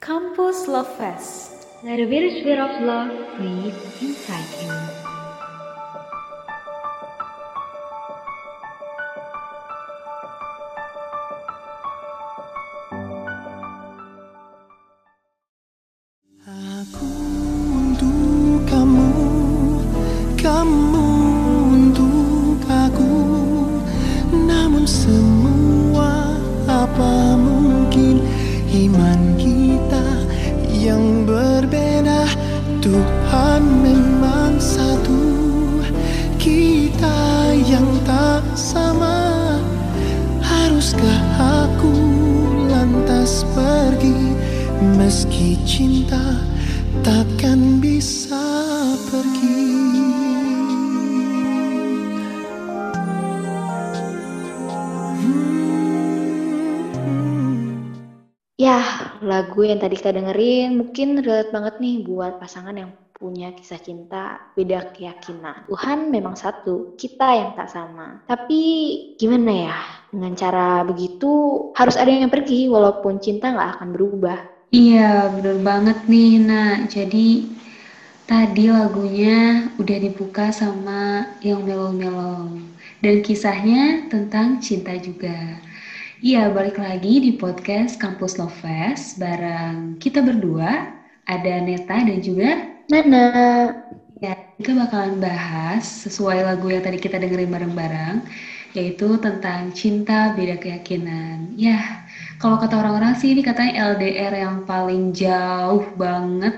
Campus Love Fest. Let a virus spirit of love breathe inside you. Aku untuk kamu, kamu untuk aku. Namun semua apa mungkin iman kita yang berbeda. Tuhan memang satu, kita yang tak sama. Haruskah aku lantas pergi, meski cinta takkan bisa pergi. Yah, lagu yang tadi kita dengerin mungkin relate banget nih buat pasangan yang punya kisah cinta beda keyakinan. Tuhan memang satu, kita yang tak sama. Tapi gimana ya, dengan cara begitu harus ada yang pergi walaupun cinta nggak akan berubah. Iya, bener banget nih, Nak. Jadi tadi lagunya udah dibuka sama yang melo-melo. Dan kisahnya tentang cinta juga. Iya, balik lagi di podcast Kampus Love Fest bareng kita berdua. Ada Neta dan juga Nana, ya, kita bakalan bahas sesuai lagu yang tadi kita dengerin bareng-bareng, yaitu tentang cinta beda keyakinan. Ya, kalau kata orang-orang sih ini katanya LDR yang paling jauh banget.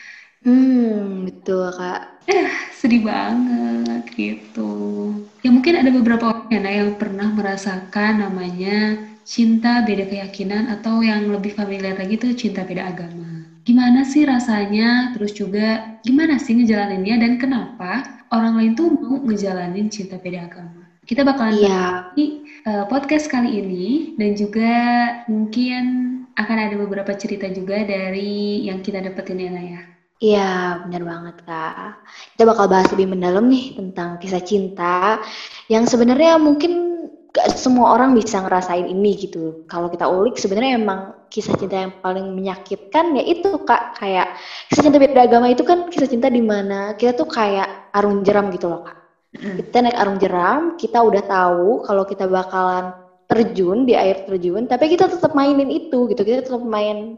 betul Kak. Sedih banget gitu. Ya mungkin ada beberapa orang ya, Nak, yang pernah merasakan namanya cinta beda keyakinan atau yang lebih familiar lagi tuh cinta beda agama. Gimana sih rasanya? Terus juga gimana sih ngejalaninnya dan kenapa orang lain tuh mau ngejalanin cinta beda agama? Kita bakalan bahas Iya, di podcast kali ini dan juga mungkin akan ada beberapa cerita juga dari yang kita dapetin ya, Nak, ya. iya benar banget Kak. Kita bakal bahas lebih mendalam nih tentang kisah cinta yang sebenarnya mungkin gak semua orang bisa ngerasain ini gitu. Kalau kita ulik sebenarnya emang kisah cinta yang paling menyakitkan ya itu Kak. Kayak kisah cinta beda agama itu kan kisah cinta di mana kita tuh kayak arung jeram gitu loh Kak. Kita naik arung jeram, kita udah tahu kalau kita bakalan terjun di air terjun, tapi kita tetap mainin itu gitu. Kita tetap main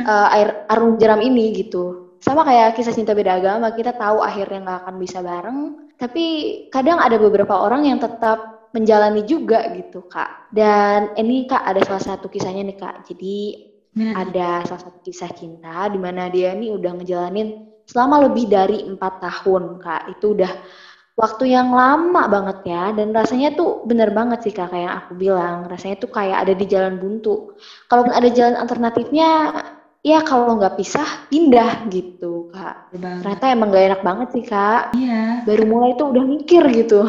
air arung jeram ini gitu. Sama kayak kisah cinta beda agama, kita tahu akhirnya nggak akan bisa bareng, tapi kadang ada beberapa orang yang tetap menjalani juga gitu Kak. Dan ini Kak ada salah satu kisahnya nih Kak. Jadi Nah, ada salah satu kisah cinta di mana dia nih udah ngejalanin selama lebih dari 4 tahun Kak. Itu udah waktu yang lama banget ya, dan rasanya tuh bener banget sih Kak, kayak yang aku bilang, rasanya tuh kayak ada di jalan buntu. Kalaupun ada jalan alternatifnya, ya kalau nggak pisah, pindah gitu Kak. bener banget. Ternyata emang gak enak banget sih Kak, Iya, baru mulai tuh udah mikir gitu.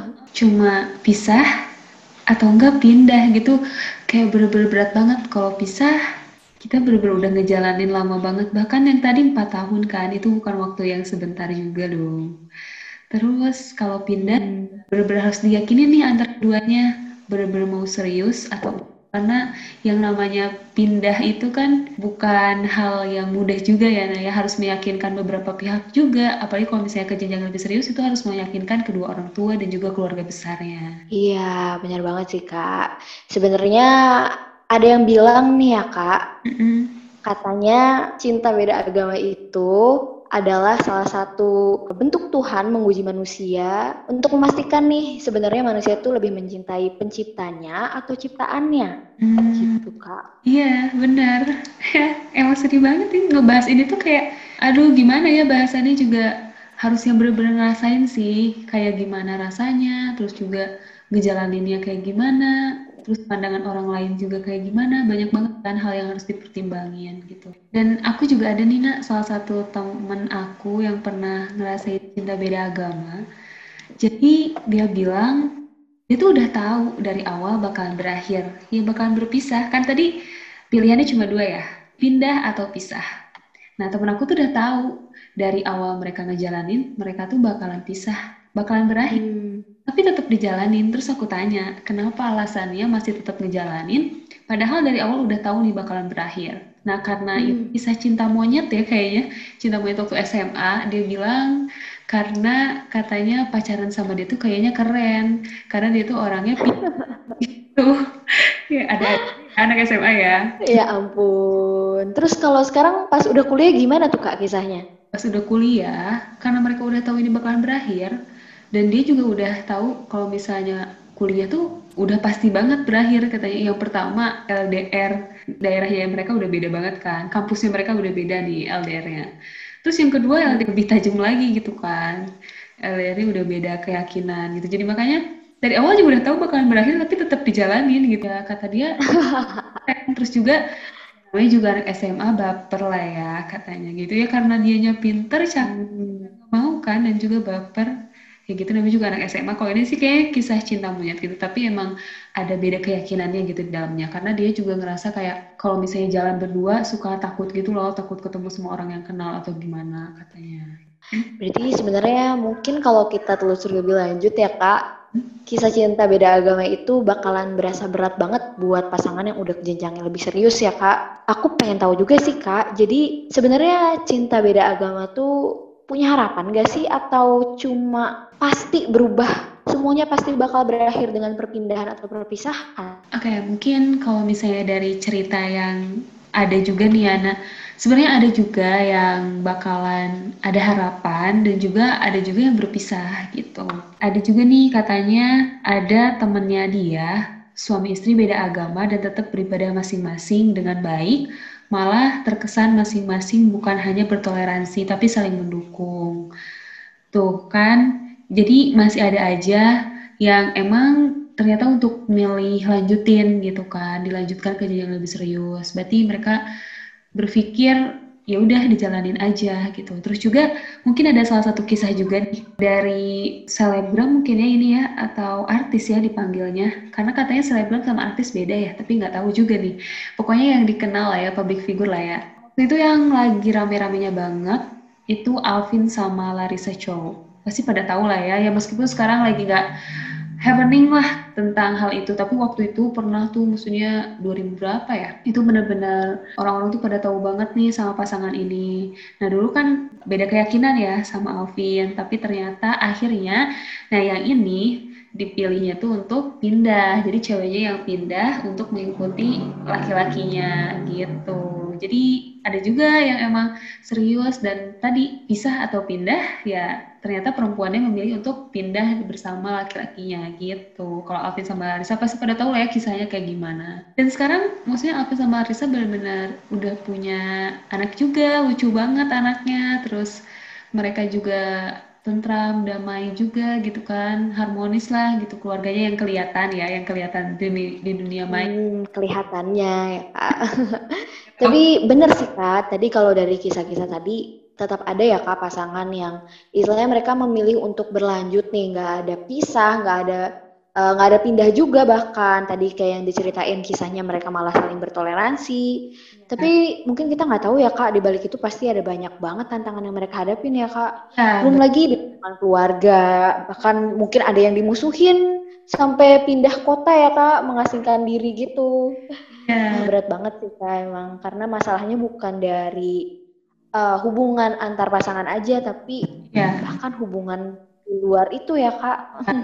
cuma pisah atau enggak pindah gitu, kayak bener-bener berat banget. Kalau pisah kita bener-bener udah ngejalanin lama banget, bahkan yang tadi 4 tahun kan itu bukan waktu yang sebentar juga dong. Terus kalau pindah bener-bener harus diyakini nih antara keduanya bener-bener mau serius atau karena yang namanya pindah itu kan bukan hal yang mudah juga ya, Nah ya harus meyakinkan beberapa pihak juga, apalagi kalau misalnya ke jenjang lebih serius itu harus meyakinkan kedua orang tua dan juga keluarga besarnya. Iya, benar banget sih Kak. Sebenarnya ada yang bilang nih ya Kak, katanya cinta beda agama itu adalah salah satu bentuk Tuhan menguji manusia untuk memastikan nih sebenarnya manusia itu lebih mencintai penciptanya atau ciptaannya. Gitu Kak. Iya, benar. Emang sedih banget nih ngebahas ini tuh kayak, aduh gimana ya bahasannya juga harus yang bener-bener ngerasain sih, kayak gimana rasanya, terus juga ngejalaninnya kayak gimana, terus pandangan orang lain juga kayak gimana, banyak banget kan hal yang harus dipertimbangin gitu. Dan aku juga ada nih Nak, salah satu temen aku yang pernah ngerasain cinta beda agama. Jadi dia bilang dia tuh udah tahu dari awal bakalan berakhir, ya bakalan berpisah. Kan tadi pilihannya cuma dua ya, pindah atau pisah. Nah temen aku tuh udah tahu dari awal mereka ngejalanin, mereka tuh bakalan pisah, bakalan berakhir. Tapi tetap dijalanin. Terus aku tanya, kenapa alasannya masih tetap ngejalanin? Padahal dari awal udah tahu nih bakalan berakhir. Nah, karena itu kisah cinta monyet ya kayaknya, cinta monyet waktu SMA, dia bilang karena katanya pacaran sama dia tuh kayaknya keren, karena dia tuh orangnya pintu. Ya, ada anak SMA ya. Ya ampun. Terus kalau sekarang pas udah kuliah gimana tuh Kak kisahnya? Pas udah kuliah, karena mereka udah tahu ini bakalan berakhir, dan dia juga udah tahu kalau misalnya kuliah tuh udah pasti banget berakhir katanya. Yang pertama LDR, daerahnya mereka udah beda banget kan, kampusnya mereka udah beda nih LDR-nya. Terus yang kedua LDR lebih tajam lagi gitu kan, LDR-nya udah beda keyakinan gitu. Jadi makanya dari awal juga udah tahu bakalan berakhir tapi tetap dijalanin gitu ya, kata dia. Terus juga namanya juga anak SMA baper lah ya katanya gitu ya, karena dianya pinter cantik nggak mau kan, dan juga baper kayak gitu. Namanya juga anak SMA. Kalau ini sih kayak kisah cinta monyet gitu, tapi emang ada beda keyakinannya gitu di dalamnya, karena dia juga ngerasa kayak kalau misalnya jalan berdua suka takut gitu loh, takut ketemu semua orang yang kenal atau gimana katanya. Berarti sebenarnya mungkin kalau kita telusuri lebih lanjut ya Kak, kisah cinta beda agama itu bakalan berasa berat banget buat pasangan yang udah ke jenjang yang lebih serius ya Kak. Aku pengen tahu juga sih Kak, jadi sebenarnya cinta beda agama tuh punya harapan gak sih atau cuma pasti berubah? Semuanya pasti bakal berakhir dengan perpindahan atau perpisahan. Oke, mungkin kalau misalnya dari cerita yang ada juga nih Ana, sebenarnya ada juga yang bakalan ada harapan dan juga ada juga yang berpisah gitu. Ada juga nih katanya ada temennya dia, suami istri beda agama dan tetap beribadah masing-masing dengan baik, malah terkesan masing-masing bukan hanya bertoleransi tapi saling mendukung. Tuh kan, jadi masih ada aja yang emang ternyata untuk milih lanjutin gitu kan, dilanjutkan ke jenjang lebih serius. Berarti mereka berpikir ya udah dijalanin aja gitu. Terus juga mungkin ada salah satu kisah juga nih dari selebgram mungkin ya ini ya, atau artis ya dipanggilnya. Karena katanya selebgram sama artis beda ya, tapi nggak tahu juga nih. Pokoknya yang dikenal lah ya, public figure lah ya. Itu yang lagi rame-ramenya banget itu Alvin sama Larissa Chow. Pasti pada tahu lah ya, ya meskipun sekarang lagi nggak happening lah tentang hal itu, tapi waktu itu pernah tuh, maksudnya 2000 berapa ya, itu benar-benar orang-orang tuh pada tahu banget nih sama pasangan ini. Nah dulu kan beda keyakinan ya sama Alvin, tapi ternyata akhirnya, nah yang ini dipilihnya tuh untuk pindah, jadi ceweknya yang pindah untuk mengikuti laki-lakinya gitu. Jadi ada juga yang emang serius dan tadi pisah atau pindah, ya ternyata perempuannya memilih untuk pindah bersama laki-lakinya gitu. Kalau Alvin sama Larissa pasti pada tahu lah ya kisahnya kayak gimana. Dan sekarang maksudnya Alvin sama Larissa benar-benar udah punya anak juga, lucu banget anaknya. Terus mereka juga tentram, damai juga gitu kan, harmonis lah gitu keluarganya, yang kelihatan ya, yang kelihatan di dunia maya. Kelihatannya ya Kak. Tapi bener sih Kak, tadi kalau dari kisah-kisah tadi tetap ada ya Kak pasangan yang istilahnya mereka memilih untuk berlanjut nih, nggak ada pisah, nggak ada pindah juga, bahkan tadi kayak yang diceritain kisahnya mereka malah saling bertoleransi. Tapi mungkin kita nggak tahu ya Kak, di balik itu pasti ada banyak banget tantangan yang mereka hadapin ya Kak. Belum lagi di lingkungan keluarga, bahkan mungkin ada yang dimusuhin sampai pindah kota ya Kak, mengasingkan diri gitu. Berat banget sih Kak emang, karena masalahnya bukan dari hubungan antar pasangan aja, tapi bahkan hubungan di luar itu ya Kak.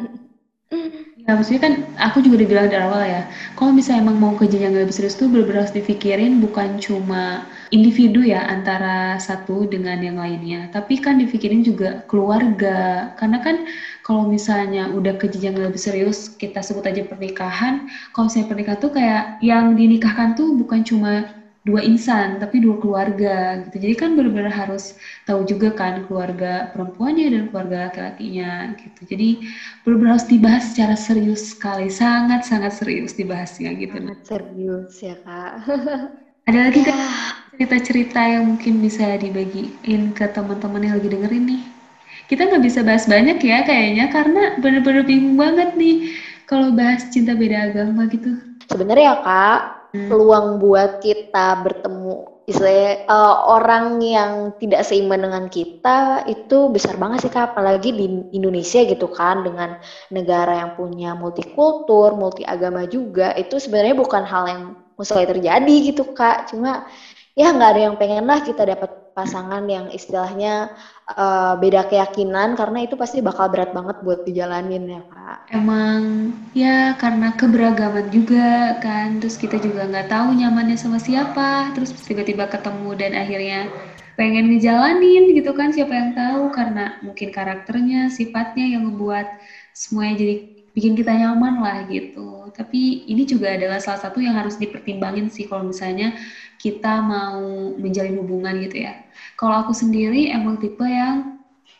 Ya maksudnya kan aku juga udah bilang dari awal ya, kalau misalnya emang mau ke jenjang lebih serius tuh bener-bener harus dipikirin bukan cuma individu ya antara satu dengan yang lainnya, tapi kan dipikirin juga keluarga. Karena kan kalau misalnya udah ke jenjang lebih serius, kita sebut aja pernikahan, kalau misalnya pernikahan tuh kayak yang dinikahkan tuh bukan cuma dua insan, tapi dua keluarga gitu. Jadi kan benar-benar harus tahu juga kan keluarga perempuannya dan keluarga laki-lakinya gitu. Jadi benar-benar harus dibahas secara serius sekali, sangat-sangat serius dibahasnya gitu. Sangat serius ya Kak. Ada lagi kan cerita-cerita yang mungkin bisa dibagiin ke teman-teman yang lagi dengerin nih? Kita nggak bisa bahas banyak ya kayaknya, karena benar-benar bingung banget nih kalau bahas cinta beda agama gitu. Sebenarnya ya Kak, peluang buat kita bertemu istilahnya orang yang tidak seiman dengan kita itu besar banget sih Kak, apalagi di Indonesia gitu kan, dengan negara yang punya multikultur, multi agama juga, itu sebenarnya bukan hal yang mustahil terjadi gitu Kak. Cuma ya nggak ada yang pengen lah kita dapat pasangan yang istilahnya beda keyakinan, karena itu pasti bakal berat banget buat dijalanin ya Kak. Emang ya karena keberagaman juga kan, terus kita juga nggak tahu nyamannya sama siapa, terus tiba-tiba ketemu dan akhirnya pengen ngejalanin gitu kan, siapa yang tahu, karena mungkin karakternya, sifatnya yang membuat semuanya jadi bikin kita nyaman lah gitu. Tapi ini juga adalah salah satu yang harus dipertimbangin sih kalau misalnya kita mau menjalin hubungan gitu ya. Kalau aku sendiri emang tipe yang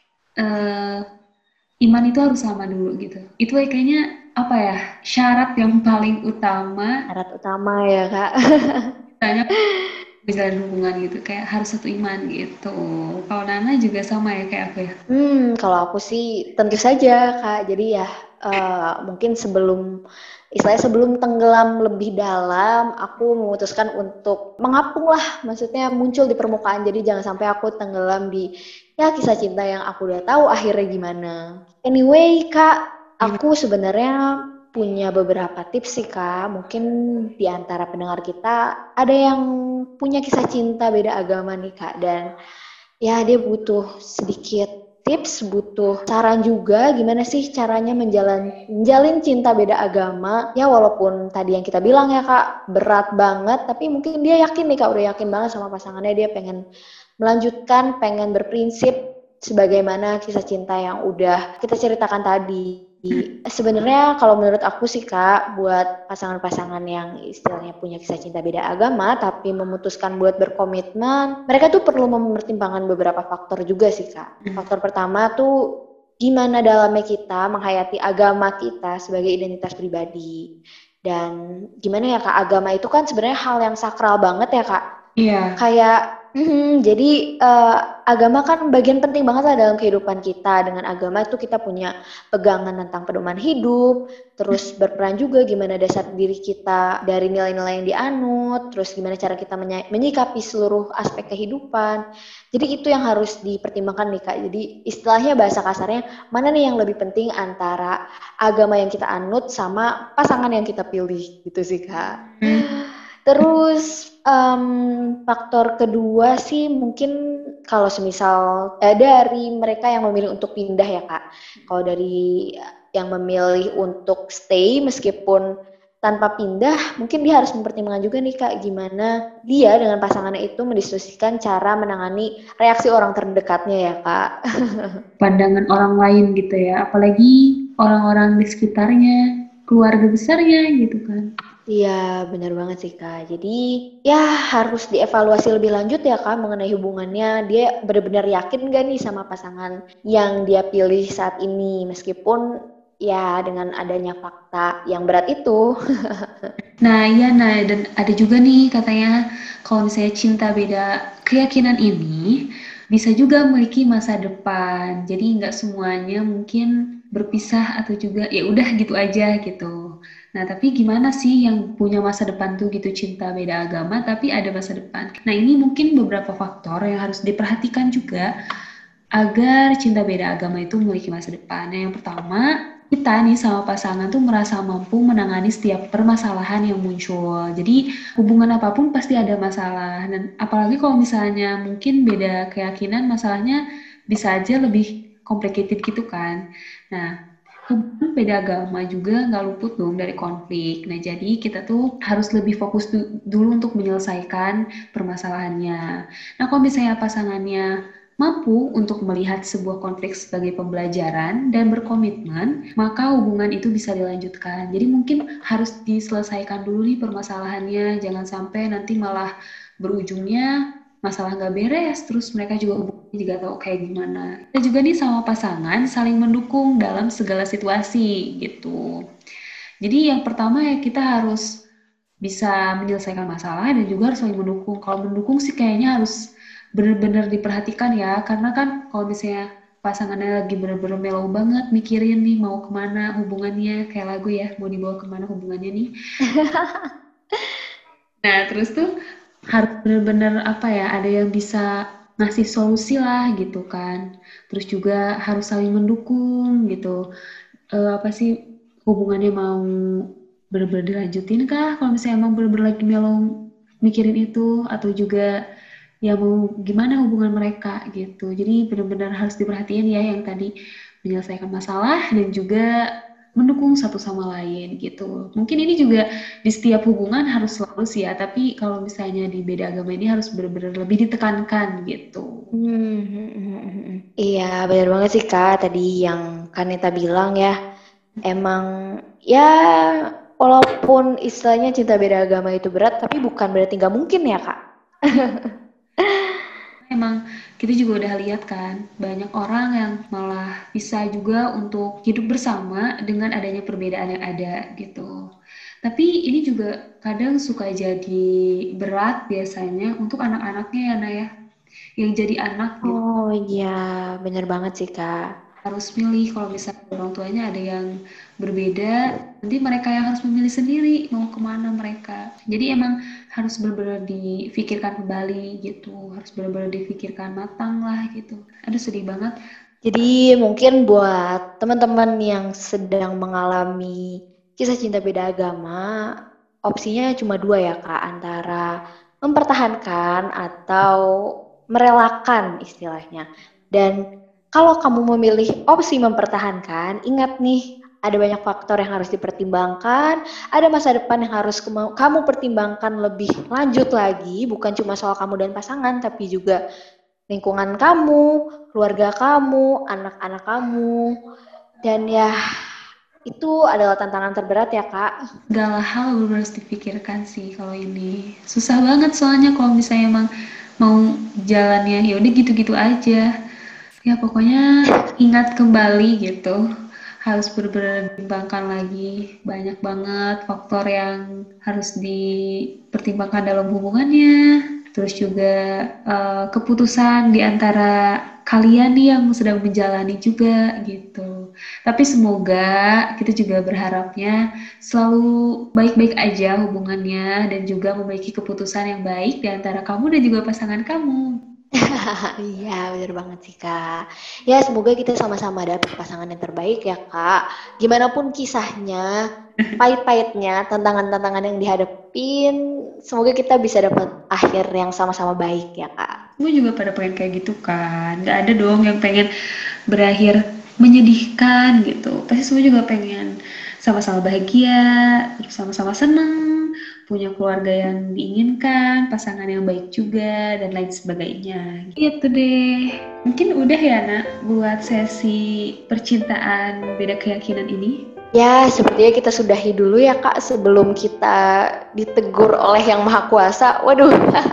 eh, iman itu harus sama dulu gitu. Itu kayaknya apa ya, syarat yang paling utama Syarat utama ya Kak. misalnya menjalin hubungan gitu, kayak harus satu iman gitu. Kalau Nana juga sama ya kayak aku ya. Kalau aku sih tentu saja Kak. Jadi ya mungkin sebelum tenggelam lebih dalam, aku memutuskan untuk mengapung lah, maksudnya muncul di permukaan. Jadi jangan sampai aku tenggelam di ya kisah cinta yang aku udah tahu akhirnya gimana. Anyway Kak, aku sebenarnya punya beberapa tips sih Kak. Mungkin di antara pendengar kita ada yang punya kisah cinta beda agama nih Kak, dan ya dia butuh sedikit tips, butuh saran juga gimana sih caranya menjalin cinta beda agama. Ya walaupun tadi yang kita bilang ya Kak berat banget, tapi mungkin dia yakin nih Kak, udah yakin banget sama pasangannya, dia pengen melanjutkan, pengen berprinsip sebagaimana kisah cinta yang udah kita ceritakan tadi. Sebenarnya kalau menurut aku sih Kak, buat pasangan-pasangan yang istilahnya punya kisah cinta beda agama tapi memutuskan buat berkomitmen, mereka tuh perlu mempertimbangkan beberapa faktor juga sih Kak. Faktor pertama tuh gimana dalamnya kita menghayati agama kita sebagai identitas pribadi. Dan gimana ya Kak, agama itu kan sebenarnya hal yang sakral banget ya Kak. Iya. Kayak jadi agama kan bagian penting banget lah dalam kehidupan kita. Dengan agama itu kita punya pegangan tentang pedoman hidup, terus berperan juga gimana dasar diri kita dari nilai-nilai yang dianut, terus gimana cara kita menyikapi seluruh aspek kehidupan. Jadi itu yang harus dipertimbangkan nih Kak. Jadi istilahnya bahasa kasarnya, mana nih yang lebih penting antara agama yang kita anut sama pasangan yang kita pilih gitu sih Kak. Terus faktor kedua sih mungkin kalau semisal dari mereka yang memilih untuk pindah ya Kak. Kalau dari yang memilih untuk stay meskipun tanpa pindah, mungkin dia harus mempertimbangkan juga nih Kak, gimana dia dengan pasangannya itu mendiskusikan cara menangani reaksi orang terdekatnya ya Kak. Pandangan orang lain gitu ya, apalagi orang-orang di sekitarnya, keluarga besarnya gitu kan. Iya, benar banget sih Kak. Jadi ya harus dievaluasi lebih lanjut ya Kak mengenai hubungannya. Dia benar-benar yakin gak nih sama pasangan yang dia pilih saat ini, meskipun ya dengan adanya fakta yang berat itu. Nah dan ada juga nih katanya kalau misalnya cinta beda keyakinan ini bisa juga memiliki masa depan. Jadi nggak semuanya mungkin berpisah atau juga ya udah gitu aja gitu. Nah, tapi gimana sih yang punya masa depan tuh gitu, cinta beda agama tapi ada masa depan. Nah, ini mungkin beberapa faktor yang harus diperhatikan juga agar cinta beda agama itu memiliki masa depan. Nah, yang pertama, kita nih sama pasangan tuh merasa mampu menangani setiap permasalahan yang muncul. Jadi, hubungan apapun pasti ada masalah. Dan apalagi kalau misalnya mungkin beda keyakinan, masalahnya bisa aja lebih complicated gitu kan. Nah, hubungan beda agama juga nggak luput dong dari konflik. Nah, jadi kita tuh harus lebih fokus dulu untuk menyelesaikan permasalahannya. Nah, kalau misalnya pasangannya mampu untuk melihat sebuah konflik sebagai pembelajaran dan berkomitmen, maka hubungan itu bisa dilanjutkan. Jadi mungkin harus diselesaikan dulu nih permasalahannya, jangan sampai nanti malah berujungnya masalah nggak beres, terus mereka juga hubungannya juga tahu kayak gimana. Kita juga nih sama pasangan saling mendukung dalam segala situasi gitu. Jadi yang pertama ya kita harus bisa menyelesaikan masalah dan juga harus saling mendukung. Kalau mendukung sih kayaknya harus benar-benar diperhatikan ya, karena kan kalau misalnya pasangannya lagi benar-benar mellow banget mikirin nih mau kemana hubungannya, kayak lagu ya, mau dibawa kemana hubungannya nih. Nah terus tuh harus benar-benar apa ya, ada yang bisa ngasih solusi lah gitu kan. Terus juga harus saling mendukung gitu. Apa sih, hubungannya mau benar-benar dilanjutin kah? Kalau misalnya emang benar-benar lagi mellow mikirin itu atau juga ya mau gimana hubungan mereka gitu. Jadi benar-benar harus diperhatiin ya yang tadi menyelesaikan masalah dan juga mendukung satu sama lain gitu. Mungkin ini juga di setiap hubungan harus selalu sih ya, tapi kalau misalnya di beda agama ini harus benar-benar lebih ditekankan gitu. Iya, benar banget sih Kak. Tadi yang Kanita bilang ya, emang ya walaupun istilahnya cinta beda agama itu berat, tapi bukan berarti nggak mungkin ya Kak. Emang kita juga udah lihat kan, banyak orang yang malah bisa juga untuk hidup bersama dengan adanya perbedaan yang ada gitu. Tapi ini juga kadang suka jadi berat biasanya untuk anak-anaknya ya Naya, yang jadi anak gitu. Oh iya, benar banget sih Kak. Harus milih kalau misalnya orang tuanya ada yang berbeda, nanti mereka yang harus memilih sendiri mau kemana mereka. Jadi emang harus benar-benar difikirkan kembali gitu, harus benar-benar difikirkan matang lah gitu. Aduh sedih banget. Jadi mungkin buat teman-teman yang sedang mengalami kisah cinta beda agama, opsinya cuma dua ya Kak, antara mempertahankan atau merelakan istilahnya. Dan kalau kamu memilih opsi mempertahankan, ingat nih, ada banyak faktor yang harus dipertimbangkan, ada masa depan yang harus kamu pertimbangkan lebih lanjut lagi, bukan cuma soal kamu dan pasangan, tapi juga lingkungan kamu, keluarga kamu, anak-anak kamu, dan ya itu adalah tantangan terberat ya Kak. Segala hal benar harus dipikirkan sih kalau ini. Susah banget soalnya kalau misalnya emang mau jalannya ya udah gitu-gitu aja. Ya pokoknya ingat kembali gitu. Harus benar-benar dipertimbangkan lagi. Banyak banget faktor yang harus dipertimbangkan dalam hubungannya. Terus juga keputusan di antara kalian nih yang sedang menjalani juga gitu. Tapi semoga kita juga berharapnya selalu baik-baik aja hubungannya dan juga memiliki keputusan yang baik di antara kamu dan juga pasangan kamu. Iya, benar banget sih Kak. Ya, semoga kita sama-sama dapat pasangan yang terbaik ya Kak. Gimana pun kisahnya, pahit-pahitnya, tantangan-tantangan yang dihadapin, semoga kita bisa dapat akhir yang sama-sama baik ya Kak. Semua juga pada pengen kayak gitu kan. Gak ada dong yang pengen berakhir menyedihkan gitu. Pasti semua juga pengen sama-sama bahagia, sama-sama seneng, punya keluarga yang diinginkan, pasangan yang baik juga, dan lain sebagainya. Gitu deh. Mungkin udah ya, Nak, buat sesi percintaan beda keyakinan ini. Ya, sepertinya kita sudahi dulu ya Kak, sebelum kita ditegur oleh Yang Maha Kuasa. Waduh.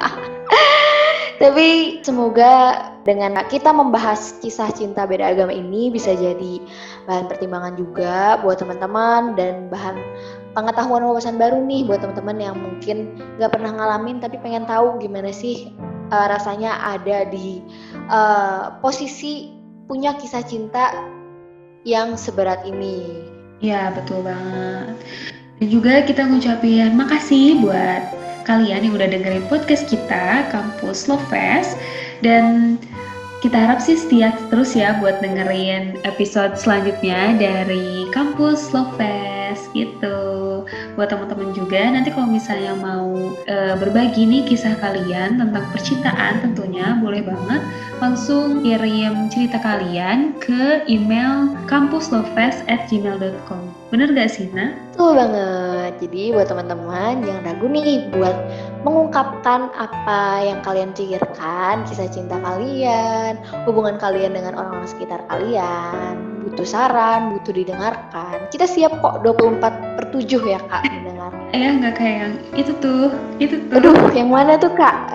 Tapi semoga dengan kita membahas kisah cinta beda agama ini bisa jadi bahan pertimbangan juga buat teman-teman dan bahan pengetahuan wawasan baru nih buat teman-teman yang mungkin gak pernah ngalamin tapi pengen tahu gimana sih rasanya ada di posisi punya kisah cinta yang seberat ini. Ya, betul banget. Dan juga kita ngucapin makasih buat kalian yang udah dengerin podcast kita, Kampus Love Fest. Dan kita harap sih setia terus ya buat dengerin episode selanjutnya dari Kampus Love Fest gitu. Buat teman-teman juga, nanti kalau misalnya mau berbagi nih kisah kalian tentang percintaan tentunya boleh banget langsung kirim cerita kalian ke email kampuslovefest@gmail.com. Bener gak sih, Nah? Betul banget. Jadi buat teman-teman jangan ragu nih buat mengungkapkan apa yang kalian pikirkan, kisah cinta kalian, hubungan kalian dengan orang-orang sekitar kalian. Butuh saran, butuh didengarkan. Kita siap kok 24/7 ya Kak mendengar. Nggak kayak yang itu tuh. Aduh, yang mana tuh Kak?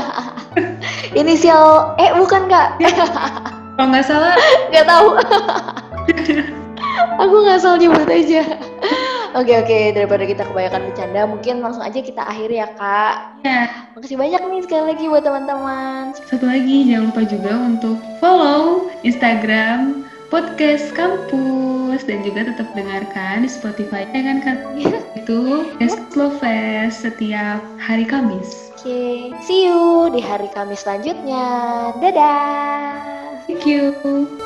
Inisial bukan Kak? Kalau nggak salah. Nggak tahu. Aku ngasal nyebut aja. Oke, daripada kita kebanyakan bercanda, mungkin langsung aja kita akhiri ya Kak. Ya. Makasih banyak nih sekali lagi buat teman-teman. Satu lagi, jangan lupa juga untuk follow Instagram Podcast Kampus dan juga tetap dengarkan di Spotify dengan itu Slow Fest setiap hari Kamis. Oke, see you di hari Kamis selanjutnya. Dadah. Thank you.